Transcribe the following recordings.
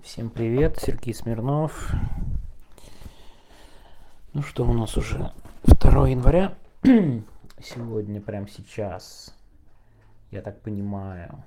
Всем привет, Сергей Смирнов. Ну что, у нас уже 2 января. Сегодня, прямо сейчас, я так понимаю,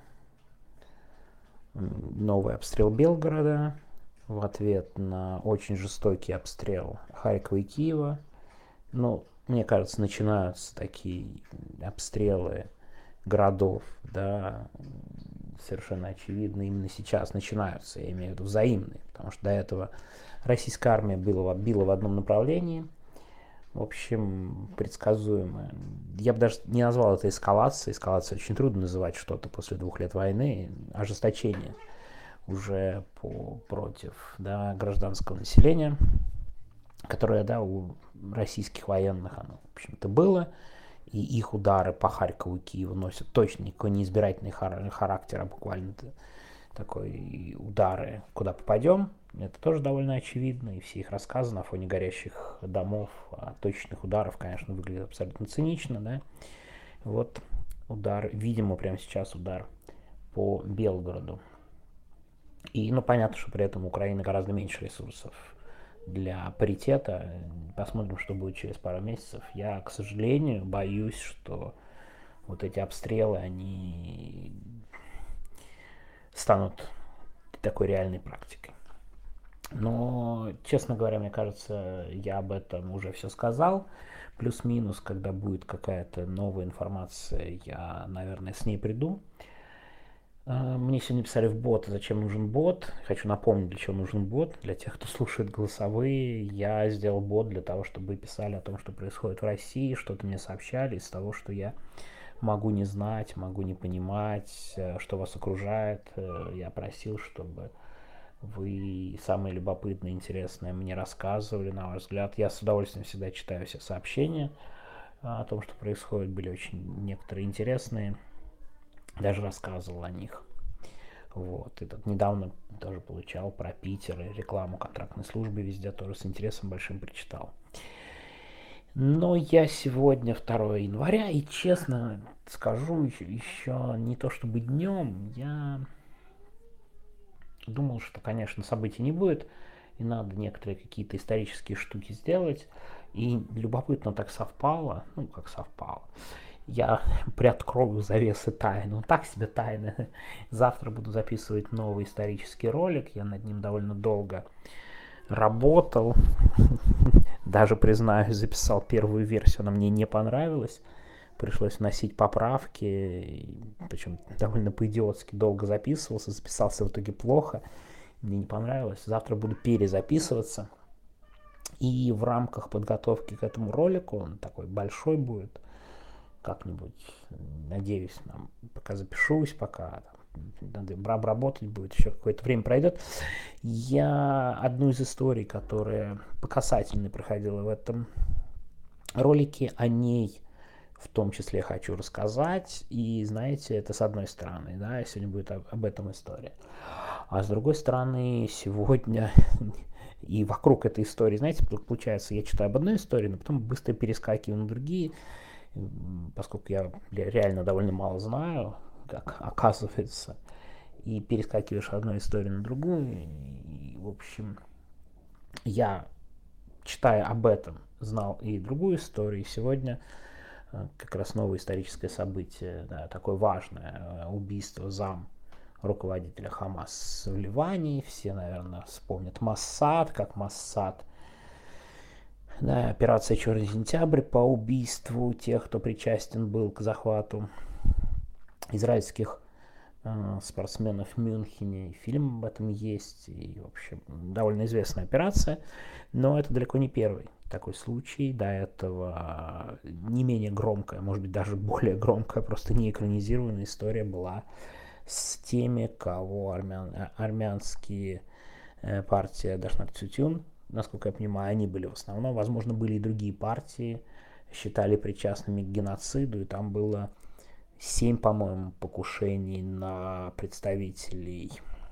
новый обстрел Белгорода в ответ на очень жестокий обстрел Харькова и Киева. Ну, мне кажется, начинаются такие обстрелы городов, да, совершенно очевидно, именно сейчас начинаются, я имею в виду взаимные, потому что до этого российская армия била в одном направлении, в общем, предсказуемо. Я бы даже не назвал это эскалацией. Эскалацией очень трудно называть что-то после 2 лет войны. Ожесточение уже против, да, гражданского населения, которое, да, у российских военных оно, в общем-то, было. И их удары по Харькову и Киеву носят точно никакой не избирательный характер, а буквально такой удары, куда попадем. Это тоже довольно очевидно, и все их рассказы на фоне горящих домов, точечных ударов, конечно, выглядят абсолютно цинично, да. Вот удар, видимо, прямо сейчас удар по Белгороду. И, ну, понятно, что при этом у Украины гораздо меньше ресурсов для паритета. Посмотрим, что будет через пару месяцев. Я, к сожалению, боюсь, что вот эти обстрелы, они станут такой реальной практикой. Но, честно говоря, мне кажется, я об этом уже все сказал. Плюс-минус, когда будет какая-то новая информация, я, наверное, с ней приду. Мне сегодня писали в бот, зачем нужен бот. Хочу напомнить, для чего нужен бот. Для тех, кто слушает голосовые, я сделал бот для того, чтобы вы писали о том, что происходит в России, что-то мне сообщали из того, что я могу не знать, могу не понимать, что вас окружает. Я просил, чтобы вы самое любопытное, интересное мне рассказывали, на ваш взгляд. Я с удовольствием всегда читаю все сообщения о том, что происходит. Были очень некоторые интересные. Даже рассказывал о них. Вот. И тут недавно тоже получал про Питер и рекламу контрактной службы везде, тоже с интересом большим прочитал. Но я сегодня 2 января, и честно скажу, еще не то чтобы днем, я думал, что, конечно, событий не будет, и надо некоторые какие-то исторические штуки сделать. И любопытно так совпало, ну как совпало. Я приоткрою завесы тайны. Так себе тайны. Завтра буду записывать новый исторический ролик. Я над ним довольно долго работал. Даже, признаюсь, записал первую версию. Она мне не понравилась. Пришлось вносить поправки. Причем довольно по-идиотски долго записывался. Записался в итоге плохо. Мне не понравилось. Завтра буду перезаписываться. И в рамках подготовки к этому ролику, он такой большой будет, как-нибудь, надеюсь, пока запишусь, пока надо обработать будет, еще какое-то время пройдет. Я одну из историй, которая по касательной проходила в этом ролике, о ней в том числе хочу рассказать. И, знаете, это с одной стороны, да, сегодня будет об этом история. А с другой стороны, сегодня и вокруг этой истории, знаете, получается, я читаю об одной истории, но потом быстро перескакиваю на другие, поскольку я реально довольно мало знаю, как оказывается, и перескакиваешь одной истории на другую, и, в общем, я, читая об этом, знал и другую историю, и сегодня как раз новое историческое событие, да, такое важное, убийство руководителя Хамас в Ливане. Все, наверное, вспомнят Моссад, как Моссад, да, операция «Черный сентябрь» по убийству тех, кто причастен был к захвату израильских спортсменов в Мюнхене. Фильм об этом есть. И, в общем, довольно известная операция. Но это далеко не первый такой случай. До этого не менее громкая, может быть, даже более громкая, просто не экранизированная история была с теми, кого армянские партия Дашнак Цютюн, насколько я понимаю, они были в основном. Возможно, были и другие партии, считали причастными к геноциду, и там было 7, по-моему, покушений на представителей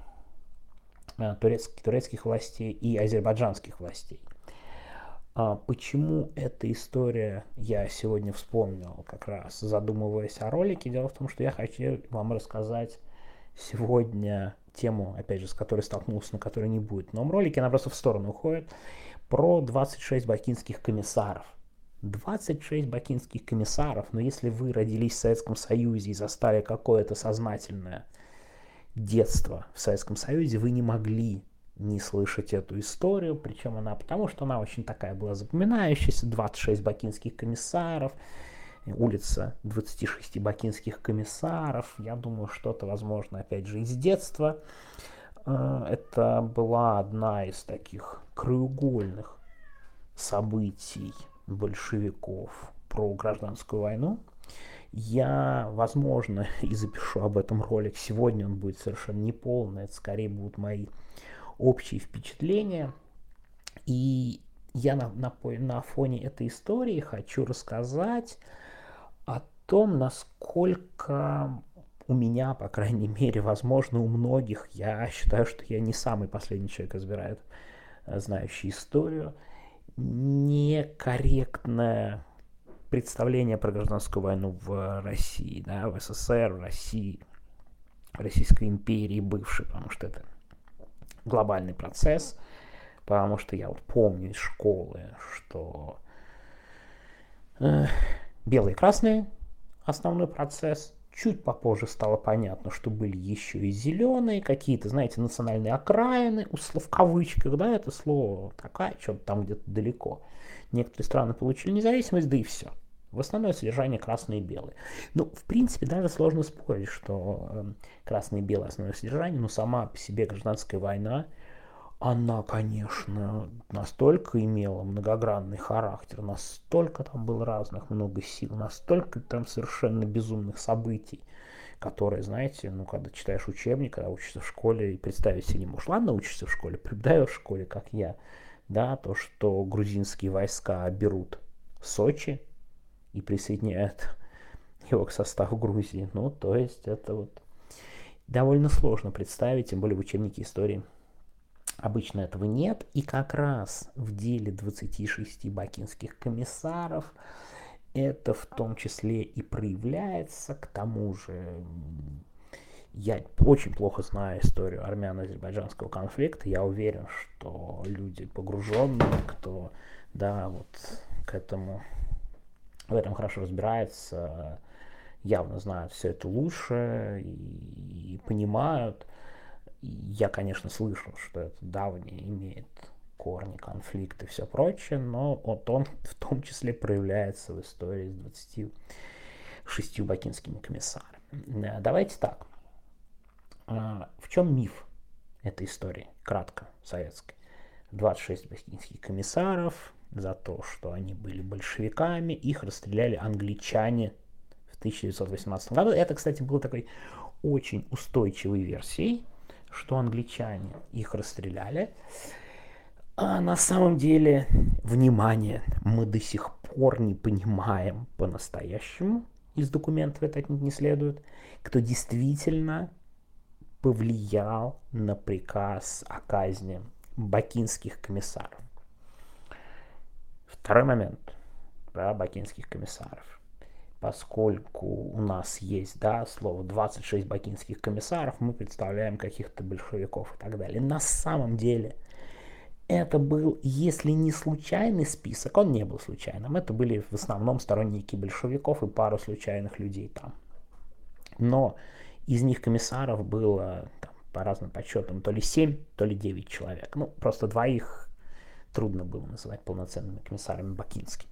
турецких властей и азербайджанских властей. Почему эта история я сегодня вспомнил, как раз задумываясь о ролике? Дело в том, что я хочу вам рассказать сегодня тему, опять же, с которой столкнулся, на которой не будет в новом ролике, она просто в сторону уходит, про 26 бакинских комиссаров. 26 бакинских комиссаров, но если вы родились в Советском Союзе и застали какое-то сознательное детство в Советском Союзе, вы не могли не слышать эту историю, причем она, потому что она очень такая была запоминающаяся, 26 бакинских комиссаров, улица 26 бакинских комиссаров, я думаю, что-то, возможно, опять же, из детства. Это была одна из таких краеугольных событий большевиков про гражданскую войну. Я, возможно, и запишу об этом ролик. Сегодня он будет совершенно неполный, это скорее будут мои общие впечатления. И я на фоне этой истории хочу рассказать о том, насколько у меня, по крайней мере, возможно, у многих, я считаю, что я не самый последний человек разбирает, знающий историю, некорректное представление про гражданскую войну в России, да, в СССР, в России, в Российской империи бывшей, потому что это глобальный процесс, потому что я вот помню из школы, что белые и красные основной процесс. Чуть попозже стало понятно, что были еще и зеленые, какие-то, знаете, национальные окраины, в кавычках, да, это слово такая, что-то там где-то далеко. Некоторые страны получили независимость, да и все. В основное содержание красные и белые. Ну, в принципе, даже сложно спорить, что красные и белые основное содержание, но сама по себе гражданская война, она, конечно, настолько имела многогранный характер, настолько там было разных много сил, настолько там совершенно безумных событий, которые, знаете, ну, когда читаешь учебник, когда учишься в школе, и представить себе не можешь. Ладно, учишься в школе, преподаешь в школе, как я, да, то, что грузинские войска берут Сочи и присоединяют его к составу Грузии. Ну, то есть это вот довольно сложно представить, тем более в учебнике истории. Обычно этого нет, и как раз в деле 26 бакинских комиссаров это в том числе и проявляется. К тому же я очень плохо знаю историю армяно-азербайджанского конфликта. Я уверен, что люди погруженные, кто, да, вот к этому, в этом хорошо разбирается, явно знают все это лучше и понимают. Я, конечно, слышал, что это давнее имеет корни, конфликты и все прочее, но вот он в том числе проявляется в истории с 26 бакинскими комиссарами. Давайте так. В чем миф этой истории? Кратко, советской. 26 бакинских комиссаров за то, что они были большевиками, их расстреляли англичане в 1918 году. Это, кстати, было такой очень устойчивой версией, что англичане их расстреляли. А на самом деле, внимание, мы до сих пор не понимаем по-настоящему, из документов это не следует, кто действительно повлиял на приказ о казни бакинских комиссаров. Второй момент про бакинских комиссаров. Поскольку у нас есть, да, слово 26 бакинских комиссаров, мы представляем каких-то большевиков и так далее. На самом деле это был, если не случайный список, он не был случайным, это были в основном сторонники большевиков и пару случайных людей там. Но из них комиссаров было, там, по разным подсчетам, то ли 7, то ли 9 человек. Ну, просто двоих трудно было называть полноценными комиссарами бакинскими.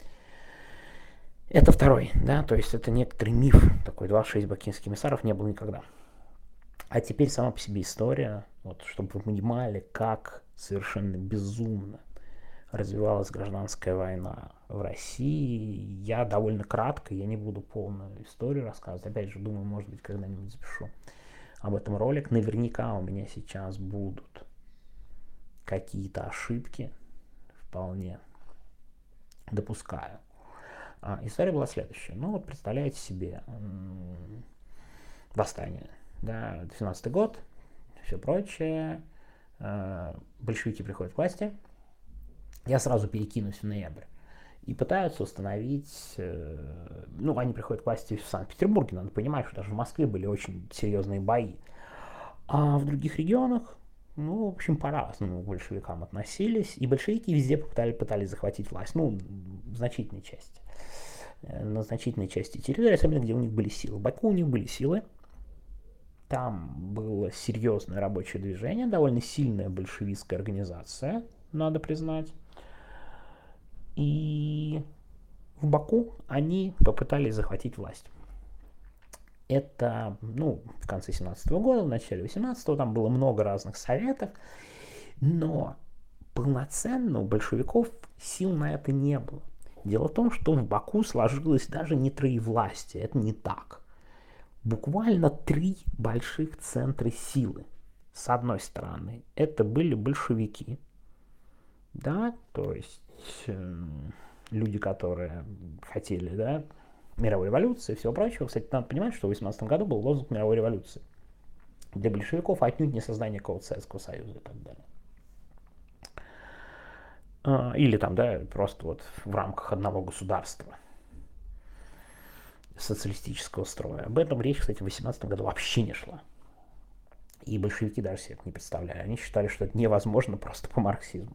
Это второй, да, то есть это некоторый миф, такой 26 бакинских комиссаров не было никогда. А теперь сама по себе история, вот, чтобы вы понимали, как совершенно безумно развивалась гражданская война в России. Я довольно кратко, я не буду полную историю рассказывать. Опять же, думаю, может быть, когда-нибудь запишу об этом ролик. Наверняка у меня сейчас будут какие-то ошибки, вполне допускаю. История была следующая. Ну, вот представляете себе восстание, да, 12-й год, все прочее. Большевики приходят к власти. Я сразу перекинусь в ноябрь. И пытаются установить... ну, они приходят к власти в Санкт-Петербурге. Надо понимать, что даже в Москве были очень серьезные бои. А в других регионах, ну, в общем, по-разному к большевикам относились, и большевики везде пытались захватить власть, ну, в значительной части. На значительной части территории, особенно где у них были силы. В Баку у них были силы, там было серьезное рабочее движение, довольно сильная большевистская организация, надо признать. И в Баку они попытались захватить власть. Это, ну, в конце 17 года, в начале 18-го, там было много разных советов, но полноценно у большевиков сил на это не было. Дело в том, что в Баку сложилось даже не троевластие, это не так. Буквально 3 больших центра силы. С одной стороны, это были большевики, да, то есть люди, которые хотели, да, мировой революции и всего прочего. Кстати, надо понимать, что в 18 году был лозунг мировой революции. Для большевиков отнюдь не создание какого-то Советского Союза и так далее. Или там, да, просто вот в рамках одного государства социалистического строя. Об этом речь, кстати, в 18 году вообще не шла. И большевики даже себе это не представляли. Они считали, что это невозможно просто по марксизму.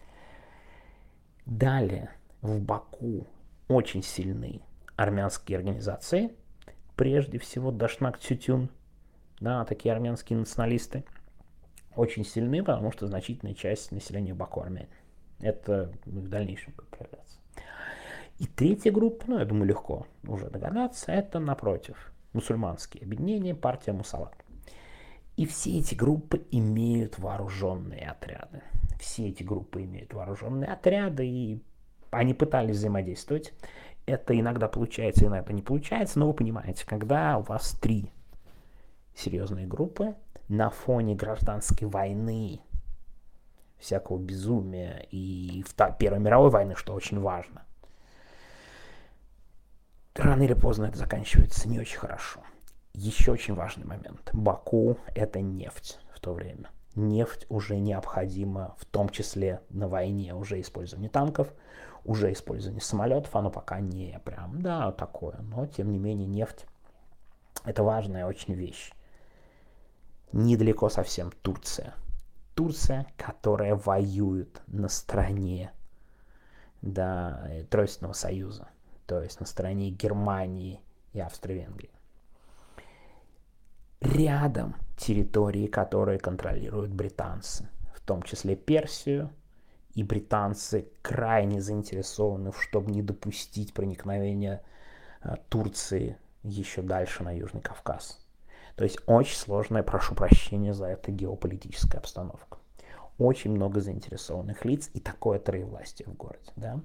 Далее, в Баку очень сильны армянские организации, прежде всего Дашнак Тютюн, да, такие армянские националисты, очень сильны, потому что значительная часть населения Баку армяне. Это в дальнейшем будет проявляться. И третья группа, ну, я думаю, легко уже догадаться, это, напротив, мусульманские объединения, партия Мусават. И все эти группы имеют вооруженные отряды. Все эти группы имеют вооруженные отряды, и они пытались взаимодействовать. Это иногда получается, иногда не получается, но вы понимаете, когда у вас 3 серьезные группы на фоне гражданской войны, всякого безумия и Первой мировой войны, что очень важно, рано или поздно это заканчивается не очень хорошо. Еще очень важный момент. Баку – это нефть в то время. Нефть уже необходима, в том числе на войне, уже использование танков, уже использование самолетов, оно пока не прям, да, такое, но тем не менее нефть – это важная очень вещь. Недалеко совсем Турция. Турция, которая воюет на стороне, да, Тройственного союза, то есть на стороне Германии и Австро-Венгрии. Рядом территории, которые контролируют британцы, в том числе Персию, и британцы крайне заинтересованы, чтобы не допустить проникновения Турции еще дальше на Южный Кавказ. То есть очень сложная, прошу прощения за это, геополитическая обстановка. Очень много заинтересованных лиц и такое троевластие в городе. Да?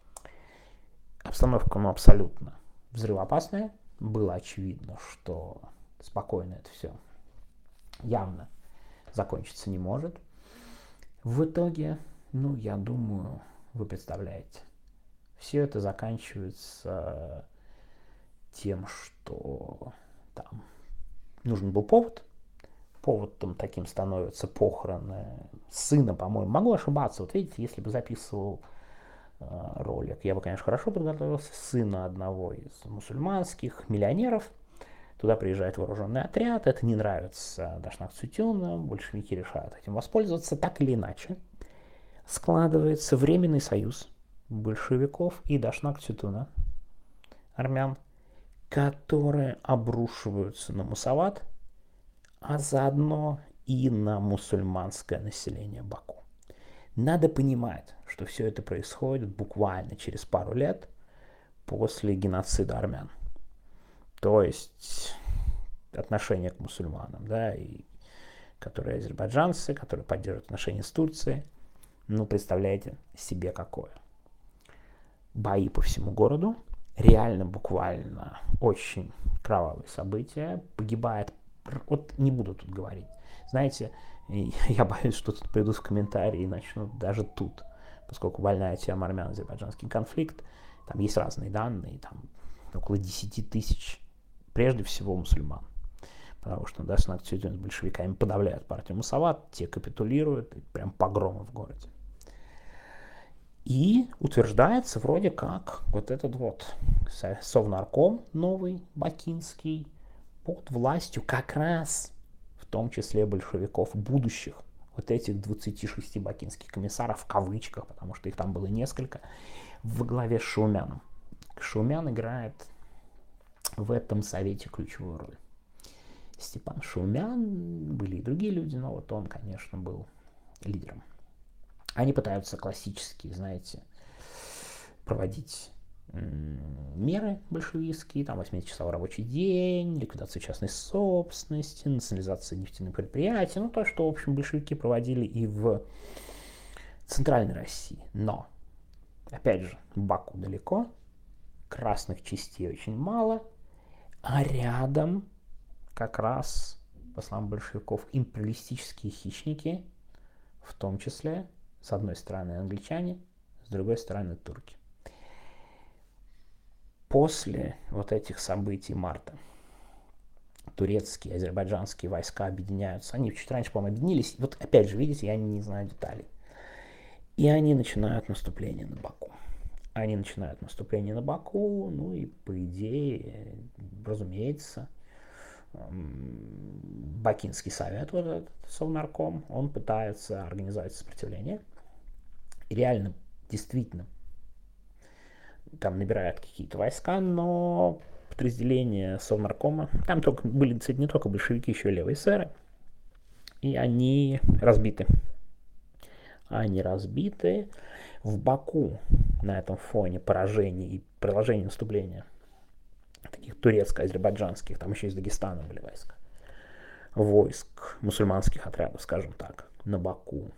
Обстановка, ну, абсолютно взрывоопасная. Было очевидно, что спокойно это все явно закончиться не может. В итоге, ну, я думаю, вы представляете, все это заканчивается тем, что там нужен был повод. Поводом таким становятся похороны сына, по-моему. Могу ошибаться. Вот видите, если бы записывал ролик, я бы, конечно, хорошо подготовился. Сына одного из мусульманских миллионеров. Туда приезжает вооруженный отряд. Это не нравится Дашнак Цютюну. Большевики решают этим воспользоваться. Так или иначе, складывается временный союз большевиков и Дашнак Цютюна, армян, которые обрушиваются на Мусават, а заодно и на мусульманское население Баку. Надо понимать, что все это происходит буквально через пару лет после геноцида армян. То есть отношение к мусульманам, да, и которые азербайджанцы, которые поддерживают отношения с Турцией, ну, представляете себе какое. Бои по всему городу, реально, буквально очень кровавые события, погибает, вот не буду тут говорить, знаете, я боюсь, что тут придут в комментарии и начнут даже тут, поскольку больная тема армяно-азербайджанский конфликт, там есть разные данные, там около 10 тысяч, прежде всего, мусульман, потому что Дашнак Цютюн с большевиками подавляют партию Мусават, те капитулируют, и прям погромы в городе. И утверждается вроде как вот этот вот совнарком новый, бакинский, под властью как раз в в том числе большевиков будущих, вот этих 26 бакинских комиссаров, в кавычках, потому что их там было несколько, во главе с Шаумяном. Шаумян играет в этом совете ключевую роль. Степан Шаумян, были и другие люди, но вот он, конечно, был лидером. Они пытаются классические, знаете, проводить меры большевистские, там 8-часовой рабочий день, ликвидация частной собственности, национализация нефтяных предприятий, ну то, что, в общем, большевики проводили и в Центральной России. Но, опять же, Баку далеко, красных частей очень мало, а рядом как раз, по словам большевиков, империалистические хищники, в том числе, с одной стороны, англичане, с другой стороны, турки. После вот этих событий марта турецкие, азербайджанские войска объединяются. Они чуть раньше, по-моему, объединились. Вот опять же, видите, я не знаю деталей. И они начинают наступление на Баку. Ну и по идее, разумеется, Бакинский совет, вот этот совнарком, он пытается организовать сопротивление. И реально, действительно, там набирают какие-то войска, но подразделения совнаркома, там только были, кстати, не только большевики, еще и левые эсеры, и они разбиты. В Баку на этом фоне поражений и продолжения наступления таких турецко-азербайджанских, там еще из Дагестана были войск мусульманских отрядов, скажем так, на Баку,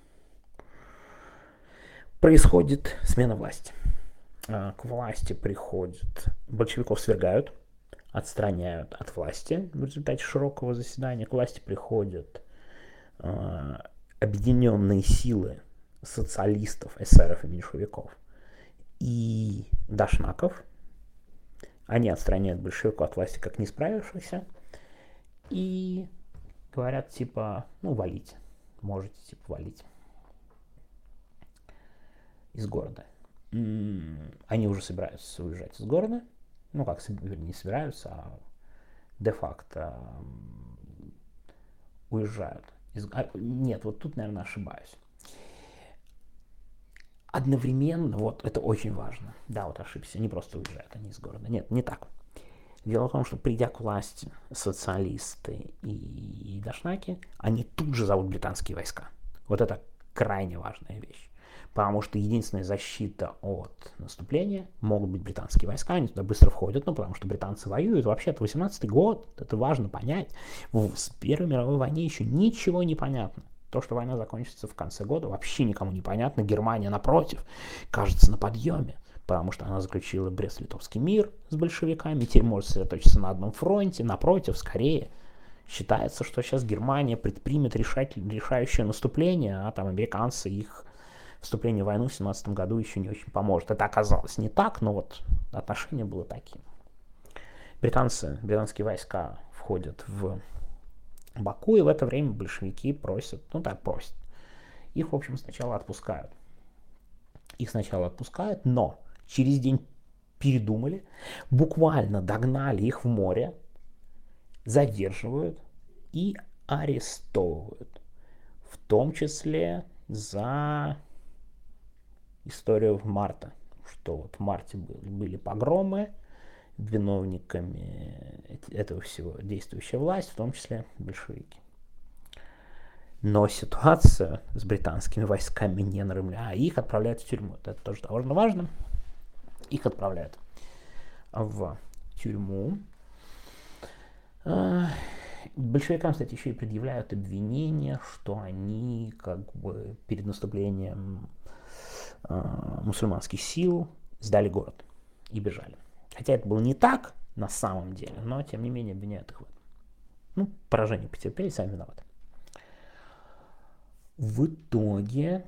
происходит смена власти. К власти приходят, большевиков свергают, отстраняют от власти в результате широкого заседания. К власти приходят объединенные силы социалистов, эсеров и меньшевиков и дашнаков. Они отстраняют большевиков от власти как не справившихся и говорят, типа, ну, валите, можете, типа, валить из города. Они уже собираются уезжать из города, ну, как, не собираются, а де-факто уезжают. Нет, вот тут, наверное, ошибаюсь. Одновременно, вот это очень важно, да, вот ошибся, не просто уезжают они из города, нет, не так. Дело в том, что придя к власти социалисты и дашнаки, они тут же зовут британские войска. Вот это крайне важная вещь. Потому что единственная защита от наступления могут быть британские войска, они туда быстро входят, ну, потому что британцы воюют. Вообще-то 18-й год, это важно понять. С Первой мировой войне еще ничего не понятно. То, что война закончится в конце года, вообще никому не понятно. Германия, напротив, кажется на подъеме, потому что она заключила Брест-Литовский мир с большевиками, теперь может сосредоточиться на одном фронте, напротив, скорее. Считается, что сейчас Германия предпримет решающее наступление, а там американцы их вступление в войну в 17 году еще не очень поможет. Это оказалось не так, но вот отношение было таким. Британские войска входят в Баку, и в это время большевики просят. Их, в общем, сначала отпускают. Но через день передумали, буквально догнали их в море, задерживают и арестовывают. В том числе за историю марта, что вот в марте были погромы, виновниками этого всего действующая власть, в том числе большевики. Но ситуация с британскими войсками не нормальная, а их отправляют в тюрьму. Это тоже довольно важно. Их отправляют в тюрьму. Большевикам, кстати, еще и предъявляют обвинения, что они как бы перед наступлением мусульманских сил сдали город и бежали. Хотя это было не так на самом деле, но тем не менее обвиняют их в этом. Ну, поражение потерпели, сами виноваты. В итоге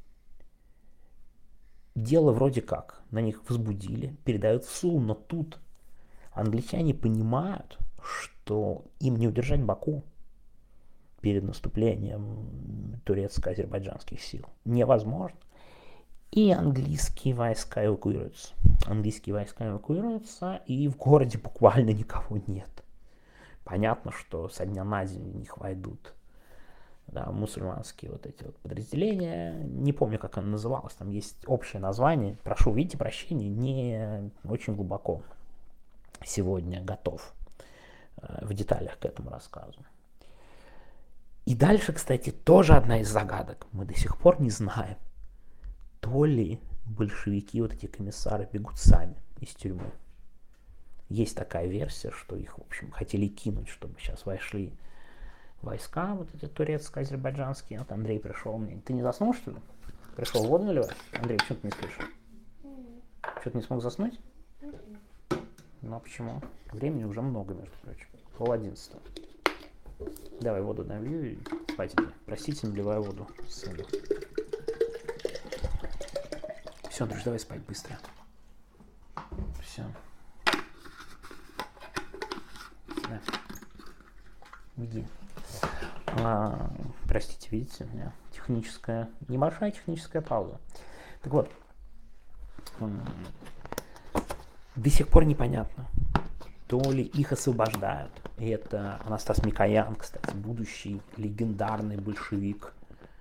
дело вроде как, на них возбудили, передают в суд, но тут англичане понимают, что им не удержать Баку перед наступлением турецко-азербайджанских сил. Невозможно. И английские войска эвакуируются. И в городе буквально никого нет. понятно, что со дня на день в них войдут, да, мусульманские вот эти вот подразделения. Не помню, как оно называлось, там есть общее название. Прошу, видите, прощения, не очень глубоко сегодня готов в деталях к этому рассказу. И дальше, кстати, тоже одна из загадок. Мы до сих пор не знаем, то ли большевики, вот эти комиссары, бегут сами из тюрьмы. Есть такая версия, что их, в общем, хотели кинуть, чтобы сейчас вошли войска, вот эти турецко-азербайджанские. Вот Андрей пришел мне. Ты не заснул, что ли? Пришел воду наливать? Андрей, почему ты не спишь? Что-то не смог заснуть? Ну а почему? Времени уже много, между прочим. 10:30. Давай воду налью и спать иди. Простите, наливаю воду сыну. Все, Андрюш, давай спать быстро. Все. Да. Иди. Простите, видите, у меня небольшая техническая пауза. Так вот, до сих пор непонятно, то ли их освобождают. И это Анастас Микоян, кстати, будущий легендарный большевик,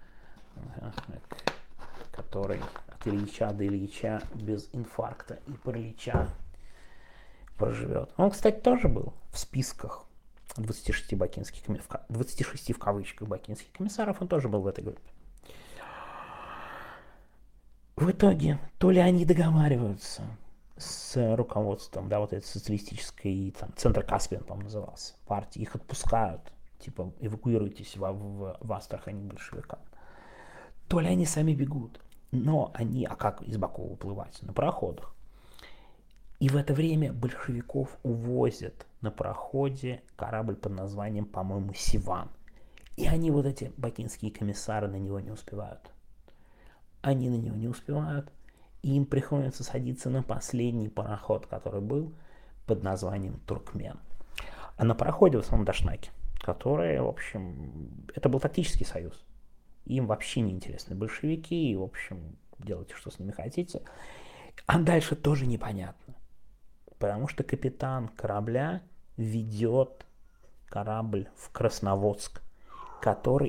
который от Ильича до Ильича без инфаркта и паралича проживет. Он, кстати, тоже был в списках 26 бакинских, 26 в кавычках бакинских комиссаров, он тоже был в этой группе. В итоге, то ли они договариваются с руководством, да, вот этой социалистической, там, Центр Каспиан, по-моему, назывался, партии, их отпускают, типа, эвакуируйтесь в Астрахань большевикам. То ли они сами бегут, но они, а как из Баку уплывать? На пароходах. И в это время большевиков увозят на пароходе корабль под названием, по-моему, Сиван. И они, вот эти бакинские комиссары, на него не успевают. Они на него не успевают, и им приходится садиться на последний пароход, который был под названием Туркмен. А на пароходе в основном дашнаки, которые, в общем, это был тактический союз. Им вообще не интересны большевики, и, в общем, делайте, что с ними хотите. А дальше тоже непонятно, потому что капитан корабля ведет корабль в Красноводск, который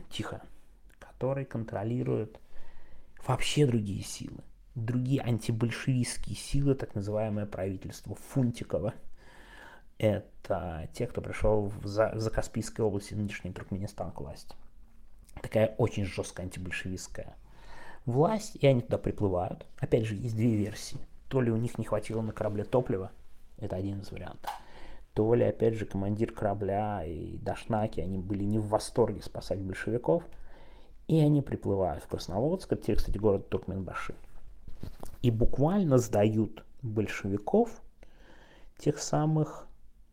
контролирует вообще другие силы. Другие антибольшевистские силы, так называемое правительство Фунтикова. Это те, кто пришел в Закаспийской области, нынешний Туркменистан, к власти. Такая очень жесткая антибольшевистская власть, и они туда приплывают. Опять же, есть две версии. То ли у них не хватило на корабле топлива, это один из вариантов. То ли, опять же, командир корабля и дашнаки, они были не в восторге спасать большевиков, и они приплывают в Красноводск, это, кстати, город Туркменбаши, и буквально сдают большевиков, тех самых,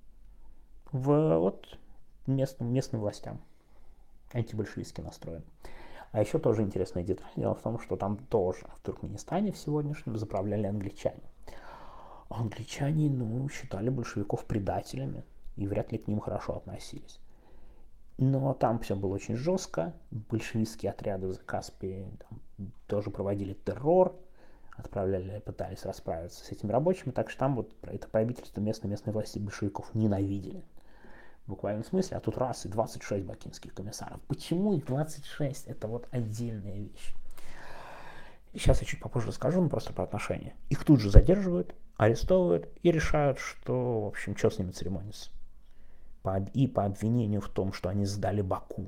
местным властям, антибольшевистски настроен. А еще тоже интересная деталь. Дело в том, что там тоже, в Туркменистане в сегодняшнем, заправляли англичане. Англичане, считали большевиков предателями и вряд ли к ним хорошо относились. Но там все было очень жестко. Большевистские отряды в Закаспии тоже проводили террор, пытались расправиться с этими рабочими, так что там вот это правительство местной власти большевиков ненавидели. В буквальном смысле, а тут раз и 26 бакинских комиссаров. Почему их 26? Это вот отдельная вещь. Сейчас я чуть попозже расскажу, просто про отношения. Их тут же задерживают, арестовывают и решают, что, в общем, что с ними церемониться. И по обвинению в том, что они сдали Баку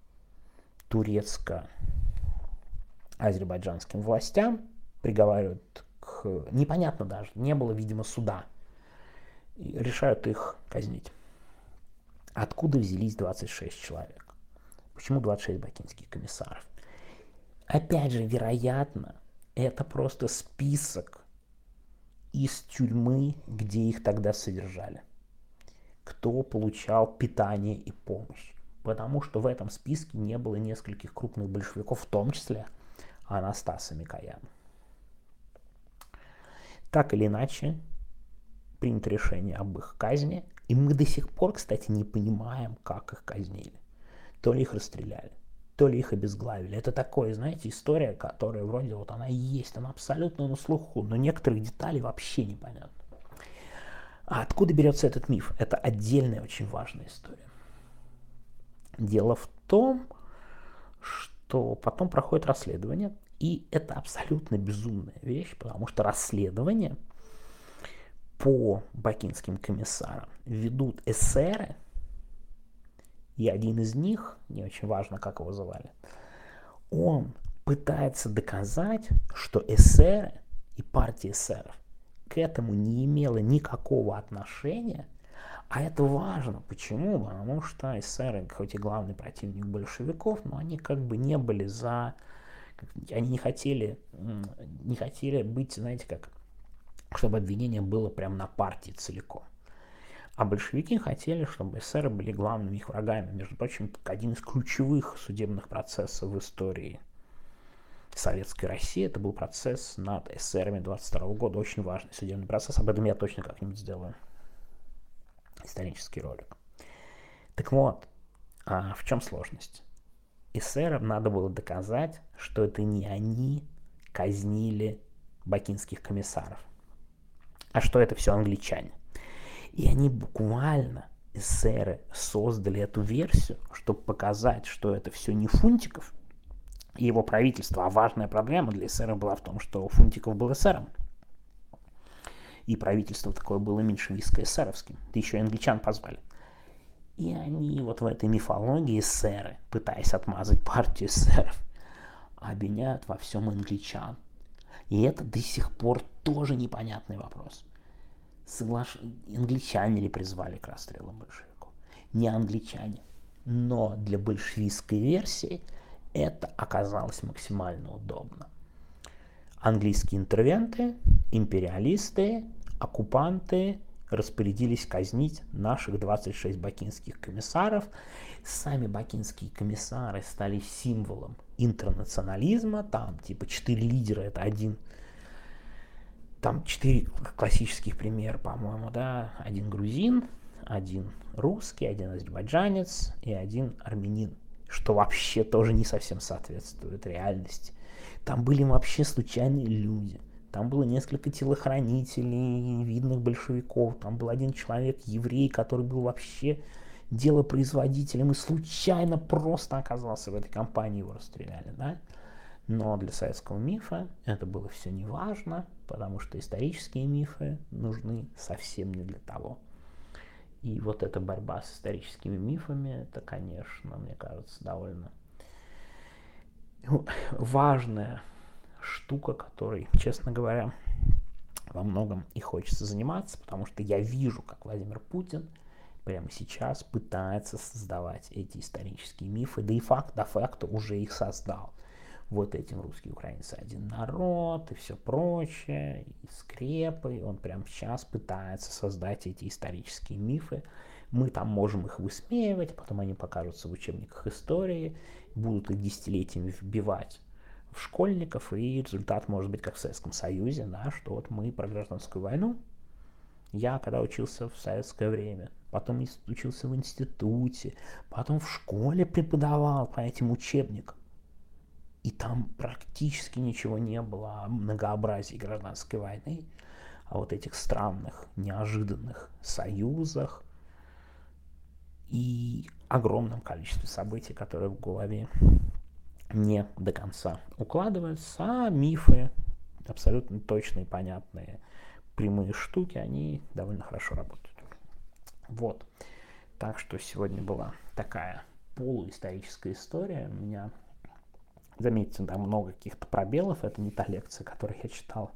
турецко-азербайджанским властям, приговаривают к... Непонятно даже, не было, видимо, суда. И решают их казнить. Откуда взялись 26 человек? Почему 26 бакинских комиссаров? Опять же, вероятно, это просто список из тюрьмы, где их тогда содержали. Кто получал питание и помощь. Потому что в этом списке не было нескольких крупных большевиков, в том числе Анастаса Микояна. Так или иначе, принято решение об их казни, и мы до сих пор, кстати, не понимаем, как их казнили. То ли их расстреляли, то ли их обезглавили. Это такое, знаете, история, которая вроде она и есть, она абсолютно на слуху, но некоторых деталей вообще непонятно. А откуда берется этот миф? Это отдельная очень важная история. Дело в том, что потом проходит расследование, и это абсолютно безумная вещь, потому что расследование по бакинским комиссарам ведут эсеры, и один из них, не очень важно, как его звали, он пытается доказать, что эсеры и партия эсеров к этому не имела никакого отношения. А это важно. Почему? Потому что эсеры, хоть и главный противник большевиков, но они как бы не были за... Они не хотели быть, знаете, как, чтобы обвинение было прямо на партии целиком. А большевики хотели, чтобы эсеры были главными их врагами. Между прочим, один из ключевых судебных процессов в истории Советской России, это был процесс над эсерами 22 года. Очень важный судебный процесс. Об этом я точно как-нибудь сделаю исторический ролик. Так вот, в чем сложность? Эсерам надо было доказать, что это не они казнили бакинских комиссаров, а что это все англичане. И они буквально, эсеры, создали эту версию, чтобы показать, что это все не Фунтиков и его правительство. А важная проблема для эсеров была в том, что Фунтиков был эсером. И правительство такое было меньшевистско-эсеровским. Да еще и англичан позвали. И они вот в этой мифологии эсеры, пытаясь отмазать партию эсеров, обвиняют во всем англичан. И это до сих пор тоже непонятный вопрос. Англичане ли призвали к расстрелам большевиков? Не англичане. Но для большевистской версии это оказалось максимально удобно. Английские интервенты, империалисты, оккупанты распорядились казнить наших 26 бакинских комиссаров. Сами бакинские комиссары стали символом интернационализма. Там типа 4 лидера, это один. Там 4 классических примера, по-моему, да. Один грузин, один русский, один азербайджанец и один армянин. Что вообще тоже не совсем соответствует реальности. Там были вообще случайные люди. Там было несколько телохранителей, видных большевиков. Там был один человек, еврей, который был вообще делопроизводителем и случайно просто оказался в этой компании, его расстреляли, да? Но для советского мифа это было все не важно, потому что исторические мифы нужны совсем не для того. И вот эта борьба с историческими мифами, это, конечно, мне кажется, довольно важная штука, которой, честно говоря, во многом и хочется заниматься, потому что я вижу, как Владимир Путин прямо сейчас пытается создавать эти исторические мифы, да и де-факто уже их создал. Вот этим русские украинцы один народ и все прочее, и скрепы. Он прямо сейчас пытается создать эти исторические мифы. Мы там можем их высмеивать, потом они покажутся в учебниках истории, будут их десятилетиями вбивать в школьников, и результат может быть как в Советском Союзе, да, что вот мы про гражданскую войну. Я когда учился в советское время, потом учился в институте, потом в школе преподавал по этим учебникам. И там практически ничего не было о многообразии гражданской войны, о вот этих странных, неожиданных союзах и огромном количестве событий, которые в голове не до конца укладываются, а мифы, абсолютно точные, понятные, прямые штуки, они довольно хорошо работают. Вот. Так что сегодня была такая полуисторическая история. У меня, заметьте, там много каких-то пробелов. Это не та лекция, которую я читал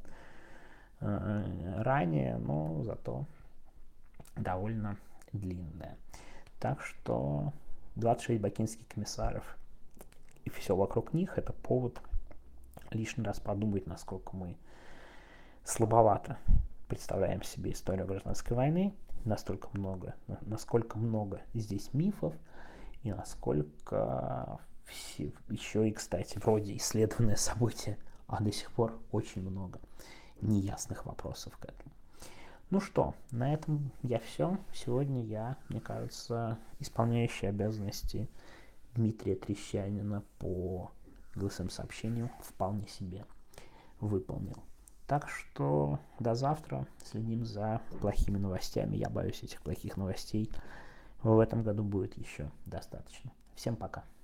ранее, но зато довольно длинная. Так что 26 бакинских комиссаров и все вокруг них — это повод лишний раз подумать, насколько мы слабовато представляем себе историю гражданской войны, насколько много здесь мифов, и насколько еще и, кстати, вроде исследованное событие, а до сих пор очень много неясных вопросов к этому. Ну что, на этом я все. Сегодня я, мне кажется, исполняющий обязанности Дмитрия Трещанина по голосовым сообщению вполне себе выполнил. Так что до завтра. Следим за плохими новостями. Я боюсь, этих плохих новостей в этом году будет еще достаточно. Всем пока.